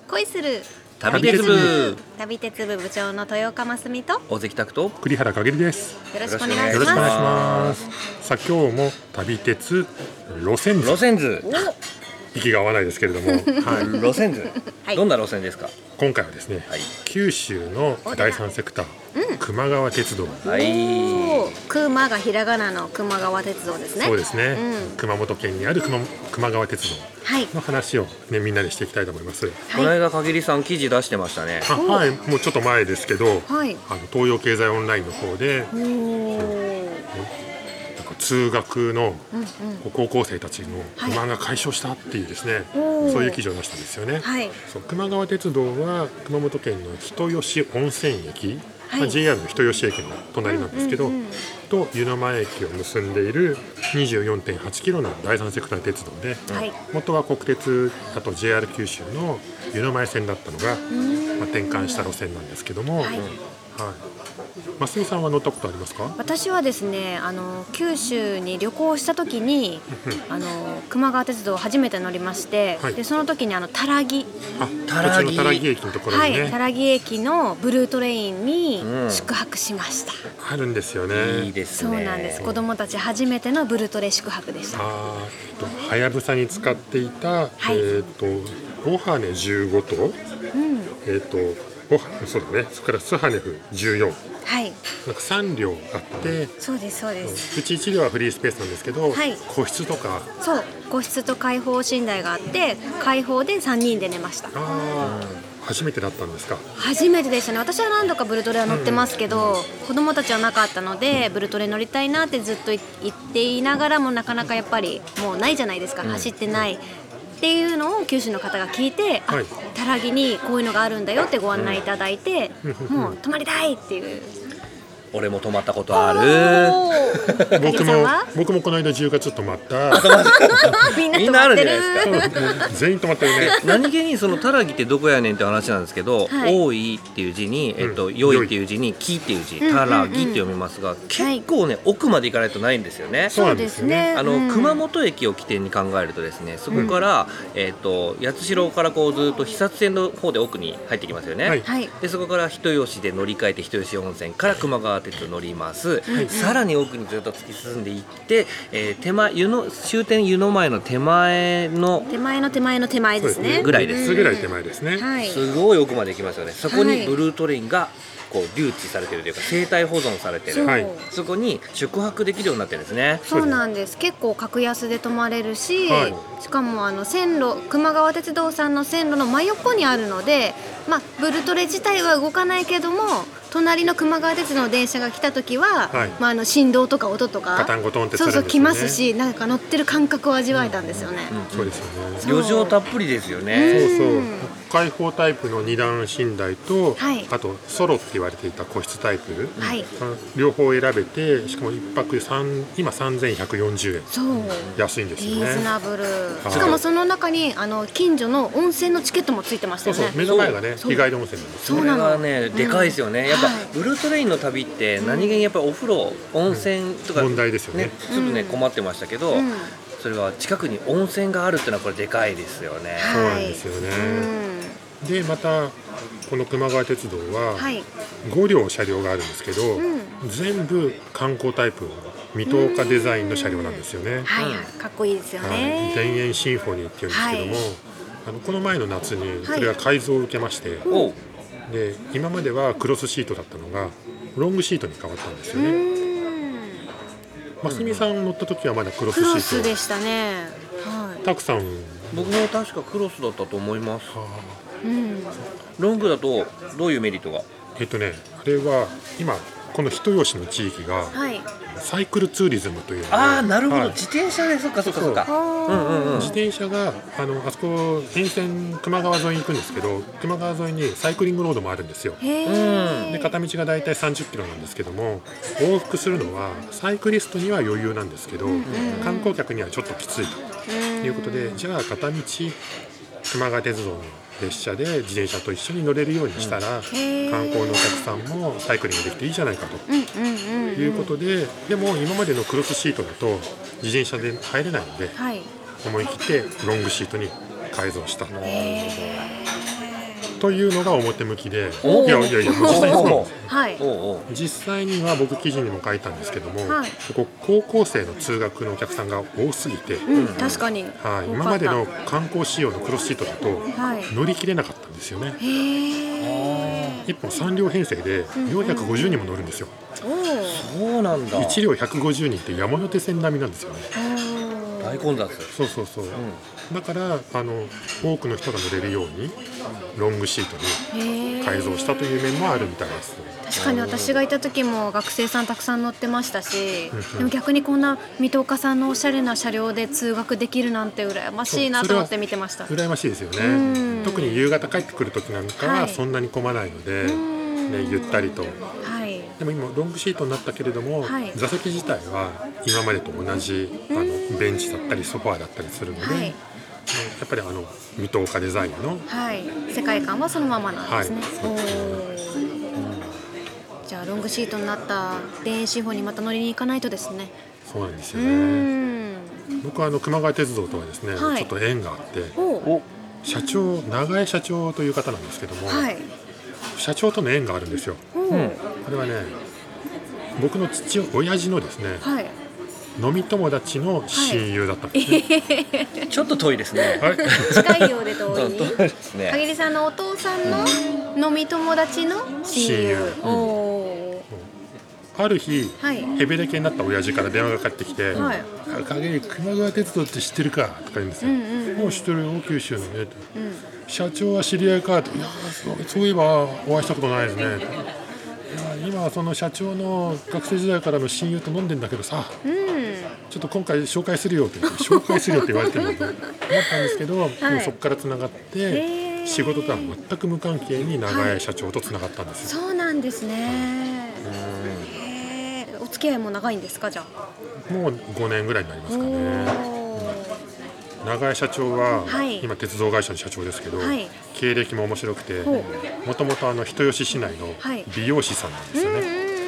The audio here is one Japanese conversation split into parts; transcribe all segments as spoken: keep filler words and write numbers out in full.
恋する旅鉄部旅鉄部部長の豊岡真澄と大関拓と栗原かげりです。 よろしくお願いしよろしくお願いしまます。さあ今日も旅鉄路線図路線図息が合わないですけれども、はい、 路線図、 はいどんな路線ですか？ 今回はですね、 はい、 九州の第三セクター、うん、球磨川鉄道、 はい熊がひらがなの球磨川鉄道ですね。 そうですね、 うん、 熊本県にある球磨川鉄道の話を、ね、みんなでしていきたいと思います、はい、 この間限りさん記事出してましたね。 あ、はい、もうちょっと前ですけど、 はい、 あの東洋経済オンラインの方で通学の高校生たちの不満が解消したっていうですね、はい、そういう記事を出したんですよね、はい、そう球磨川鉄道は熊本県の人吉温泉駅、はい、まあ、ジェイアール の人吉駅の隣なんですけど、うんうんうん、と湯の前駅を結んでいる にじゅうよんてんはちキロの第三セクター鉄道で、はい、元は国鉄あと ジェイアール 九州の湯の前線だったのが、まあ、転換した路線なんですけども、はい、はい、真澄さんは乗ったことありますか？ 私はですね、あの九州に旅行した時にあの球磨川鉄道を初めて乗りまして、はい、でその時にあのたらぎあたらぎ駅のところにね、 はい、たらぎ駅のブルートレインに宿泊しました、 うん、あるんですよね。 いいですね。 そうなんです。子供たち初めてのブルートレ宿泊でした。 あはやぶさに使っていた、はい、えーとごはねじゅうごと、うん、えーとそうだね、それからスハネフじゅうよん、はい、なんかさん両あって、 そうですそうです。 うちいち両はフリースペースなんですけど、はい、個室とか、 そう個室と開放寝台があって開放でさんにんで寝ました。 あ、初めてだったんですか？ 初めてでしたね。私は何度かブルトレは乗ってますけど、うん、子供たちはなかったので、うん、ブルトレ乗りたいなってずっと言っていながらもなかなかやっぱりもうないじゃないですか、うん、走ってない、っていうのを九州の方が聞いて、はい、たらぎにこういうのがあるんだよってご案内いただいて、うん、もう泊まりたいっていう。 俺も泊まったことある。 僕も僕もこの間じゅうがつ泊まった。 みんな泊まってる。 全員泊まってるね。 何気にそのたらぎってどこやねんって話なんですけど、はい、多いっていう字に、えっと、良いっていう字に木っていう字、たらぎって読みますが、結構ね奥まで行かないとないんですよね。 そうですね。 あの、うん、熊本駅を起点に考えるとですね、そこから、うん、えっと八代からこうずっと肥薩線の方で奥に入ってきますよね。はい、でそこから人吉で乗り換えて人吉温泉から球磨川鉄道乗ります、はい、さらに奥にずっと突き進んでいって、えー、手前湯の終点湯の前の手前の手前の手前の手前ですね。 ぐらいです。 すぐらい手前ですね。 はい、 すごい奥まで行きますよね。そこにブルートレインがこう留置されているというか生態保存されている、はい、そこに宿泊できるようになってるんですね。 そうなんです。結構格安で泊まれるし、はい、しかもあの線路球磨川鉄道さんの線路の真横にあるので、まあ、ブルトレ自体は動かないけども隣の球磨川鉄道の電車が来た時は、はい、まあ、あの振動とか音とかガタンゴトンってするんですよね。 そうそう来ますし、なんか乗ってる感覚を味わえたんですよね。 うんうんうん、そうですよね。 旅情たっぷりですよね。 そうそう。開放タイプの二段寝台と、はい、あとソロって言われていた個室タイプ、はい、両方選べて、しかも一泊三今さんぜんひゃくよんじゅうえん、そう安いんですよね。 リーズナブル。しかもその中にあの近所の温泉のチケットもついてましたよね。 そうそう、目の前がね日帰り温泉なんです。 それがね、うん、でかいですよね。やっぱ、はい、ブルートレインの旅って何気にやっぱりお風呂、温泉とか、 うん、問題ですよね。 ちょっとね困ってましたけど、うん、それは近くに温泉があるっていうのはこれでかいですよね。 そうなんですよね。うん、でまたこの球磨川鉄道はご両車両があるんですけど、うん、全部観光タイプ水戸岡デザインの車両なんですよね。 はい、かっこいいですよね。 はい、田園シンフォニーっていうんですけども、はい、あのこの前の夏にそれが改造を受けまして、はい、で今まではクロスシートだったのがロングシートに変わったんですよね。真澄さん乗った時はまだクロスシート。 クロスでしたね。 はい、たくさん僕も確かクロスだったと思います。はあ、うん、 ロングだとどういうメリットが？ えっとね、あれは今この人吉の地域が、はい、サイクルツーリズムというので、 ああなるほど、はい、自転車でそっかそっかそっか、うんうんうん、 自転車があのあそこ沿線球磨川沿いに行くんですけど、球磨川沿いにサイクリングロードもあるんですよ。で片道がだいたいさんじゅっキロなんですけども、往復するのはサイクリストには余裕なんですけど、うんうんうん、観光客にはちょっときついということで、じゃあ片道球磨川鉄道の列車で自転車と一緒に乗れるようにしたら、うん、観光のお客さんもサイクリングできていいじゃないかということで、でも今までのクロスシートだと自転車で入れないので、はい、思い切ってロングシートに改造した。 というのが表向きで、いやいやいや、実際にそうなんですよ、 はい、 実際には僕記事にも書いたんですけども、 はい、 ここ高校生の通学のお客さんが多すぎて、 うん、確かに、 はい、今までの観光仕様のクロスシートだと乗り切れなかったんですよね。へー、いっぽんさん両編成でよんひゃくごじゅうにんも乗るんですよ。 うん、そうなんだ。 いち両ひゃくごじゅうにんって山手線並みなんですよね。 大混雑。 そうそうそう、うん、だからあの多くの人が乗れるようにロングシートに改造したという面もあるみたいです。 確かに私がいた時も学生さんたくさん乗ってましたし、でも逆にこんな水戸岡さんのおしゃれな車両で通学できるなんて羨ましいなと思って見てました。 羨ましいですよね。特に夕方帰ってくる時なんかはそんなに混まないので、ね、ゆったりと、はい、でも今ロングシートになったけれども、はい、座席自体は今までと同じあのベンチだったりソファーだったりするので、はい、やっぱりあの水戸岡デザインの、はい、 世界観はそのままなんですね。 はい、 じゃあロングシートになった田園新法にまた乗りに行かないとですね。 そうなんですよね。僕はあの熊谷鉄道とはですね、はい、ちょっと縁があって、社長長江社長という方なんですけども、はい、社長との縁があるんですよ。うん、これはね、僕の父親父のですね、はい、飲み友達の親友だったんですね。 はい、ちょっと遠いですね。 はい、近いようで遠い。遠いですね。限りさんのお父さんの飲み友達の親友。うん、おある日、はい、ヘベレケになった親父から電話がかかってきて、はい、限り熊谷鉄道って知ってるかとか言うんですよ。うんうんうん、もう知ってるよ、九州のね、うん、社長は知り合いかと。いや、そう、そういえばお会いしたことないですね。いや、今その社長の学生時代からの親友と飲んでんだけどさ、うん、ちょっと今回紹介するよって言って紹介するよって言われてるのと思ったんですけど、はい、もうそこからつながって仕事とは全く無関係に長江社長とつながったんですよ。 はい、そうなんですね。うん、へー、お付き合いも長いんですか？じゃあもうごねんぐらいになりますかね。長江社長は、はい、今鉄道会社の社長ですけど、はい、経歴も面白くて、もともとあの人吉市内の美容師さんなんですよね。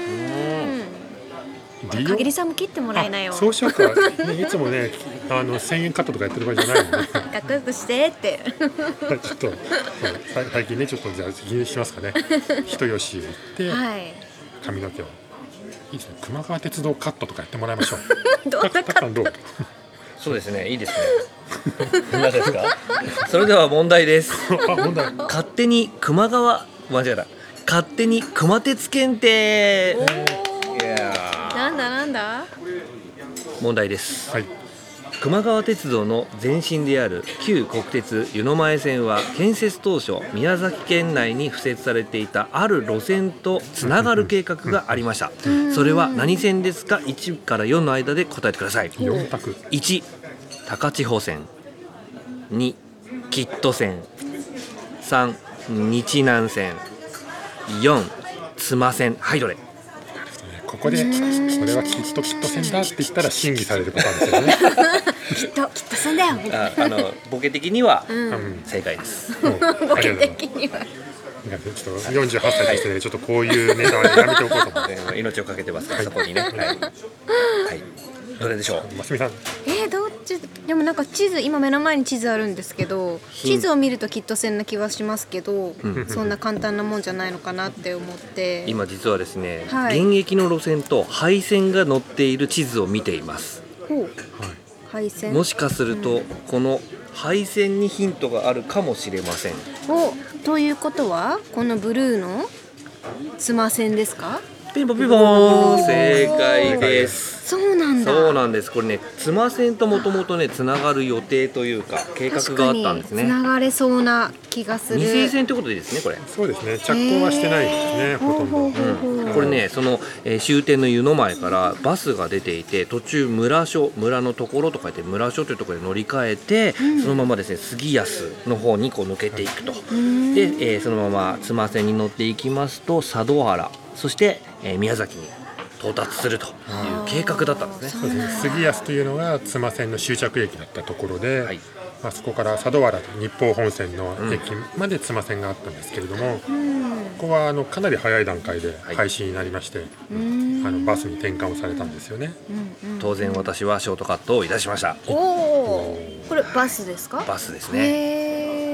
じゃあ限りさんも切ってもらえないよ。 そうしようか、ね、いつもねあのせんえんカットとかやってる場合じゃないのね。かっこよくしてってちょっと最近ねちょっとじゃあ気にしますかね。人吉へ行って、はい、髪の毛をいいですね、熊川鉄道カットとかやってもらいましょう。 どんなカット？ そうですね、いいですね。何ですか？それでは問題です。 あ、問題。 勝手に熊川間違えた。勝手に熊鉄検定。 いやなんだなんだ。 問題です。 はい。 熊川鉄道の前身である旧国鉄湯前線は建設当初宮崎県内に敷設されていたある路線とつながる計画がありました。それは何線ですか？いちからよんの間で答えてください。 よん択。 いち高千穂線、に吉都線、さん日南線、よん須磨線。はい、どれ？ ここでそれはきっときっと線だって言ったら審議されるパターンですよね。 きっときっと線だよ。 ああのボケ的には正解です。 うん、ボケ的には。 ちょっとよんじゅうはっさいとして、ね、ちょっとこういうネタはやめておこうと思って、 命をかけてますから、そこにね。はい。はい、どれでしょう。 ますみさん。 えー、どっち？でもなんか地図今目の前に地図あるんですけど、地図を見るときっと線な気はしますけど、うん、そんな簡単なもんじゃないのかなって思って。 今実はですね、はい、現役の路線と廃線が載っている地図を見ています。 ほう。はい。廃線。 もしかすると、うん、この廃線にヒントがあるかもしれません。 お、ということはこのブルーの須磨線ですか？ ピンポンピンポン、正解です。 そうなんだ。 そうなんです。これね、須磨線ともともとねつながる予定というか計画があったんですね。 つながれそうな気がする。 二世線ということでですね、これ。 そうですね。着工はしてないですね、ほとんど。 うん、これね、その、えー、終点の湯前からバスが出ていて、途中村所、村のところと書いて村所というところで乗り換えて、うん、そのままですね杉安の方にこう抜けていくと。で、えー、そのまま須磨線に乗っていきますと佐渡原、そして、えー、宮崎に到達するという計画だったんですね。 そうですね。杉安というのが須磨線の終着駅だったところで、はい、まあ、そこから佐渡原と日豊本線の駅まで須磨線があったんですけれども、うん、ここはあのかなり早い段階で廃止になりまして、はい、あのバスに転換をされたんですよね。 うんうん、当然私はショートカットをいたしました。 おお、これバスですか？ バスですね。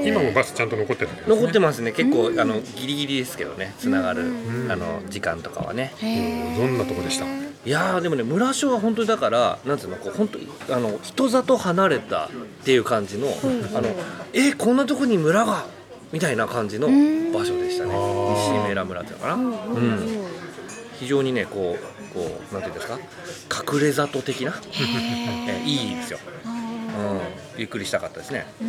今もバスちゃんと残ってるんですね。残ってますね。結構あのギリギリですけどね、つながるあの時間とかはね。 どんなとこでした？ いやーでもね、村庄は本当にだからなんていうの、こう本当にあの人里離れたっていう感じの、あのえこんなとこに村がみたいな感じの場所でしたね。西目良村っていうのかな。うん。非常にねこうこうなんていうんですか、隠れ里的な、えいいですよ。うん、ゆっくりしたかったですね。うん。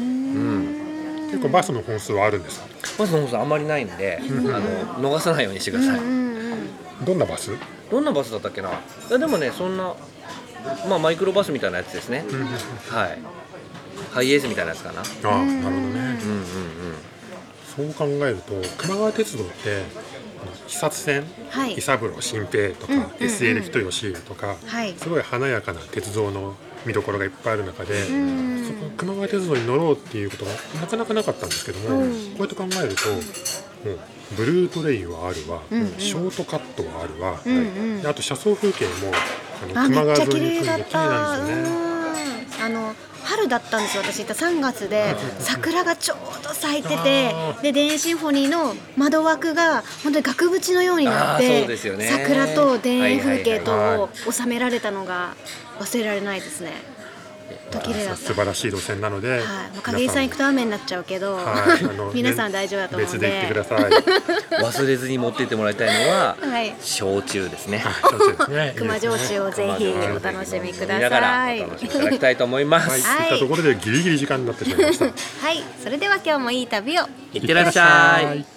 結構バスの本数はあるんですか？ バスの本数あんまりないんで、あの逃さないようにしてください。 どんなバス？ どんなバスだったっけな。でもね、そんなまあマイクロバスみたいなやつですね。はい。ハイエースみたいなやつかな。 ああ、なるほどね。うんうんうん。そう考えるとくま川鉄道って肥薩線、はい、伊三郎新平とか、うんうんうん、エスエル 人吉とか、はい、すごい華やかな鉄道の見どころがいっぱいある中で、そこくま川鉄道に乗ろうっていうことがなかなかなかったんですけども、うん、こうやって考えると、もうブルートレインはあるわ、うんうん、ショートカットはあるわ、うんうん、あと車窓風景もあの球磨川沿いに行くんで綺麗なんですよね。 あの春だったんですよ、私行ったさんがつで桜がちょうど咲いてて、で田園シンフォニーの窓枠が本当に額縁のようになって、ね、桜と田園風景とを収められたのが忘れられないですね。 綺麗だった。素晴らしい路線なので、はい、 景井さん行くと雨になっちゃうけど、はい、あの皆さん大丈夫だと思うので別で行ってください。 忘れずに持って行ってもらいたいのは、はい、焼酎ですね。 熊焼酎をぜひお楽しみください。 お楽しみいただきたいと思います。 はい、といったところでギリギリ時間になってしまいました。はい、それでは今日もいい旅をいってらっしゃい。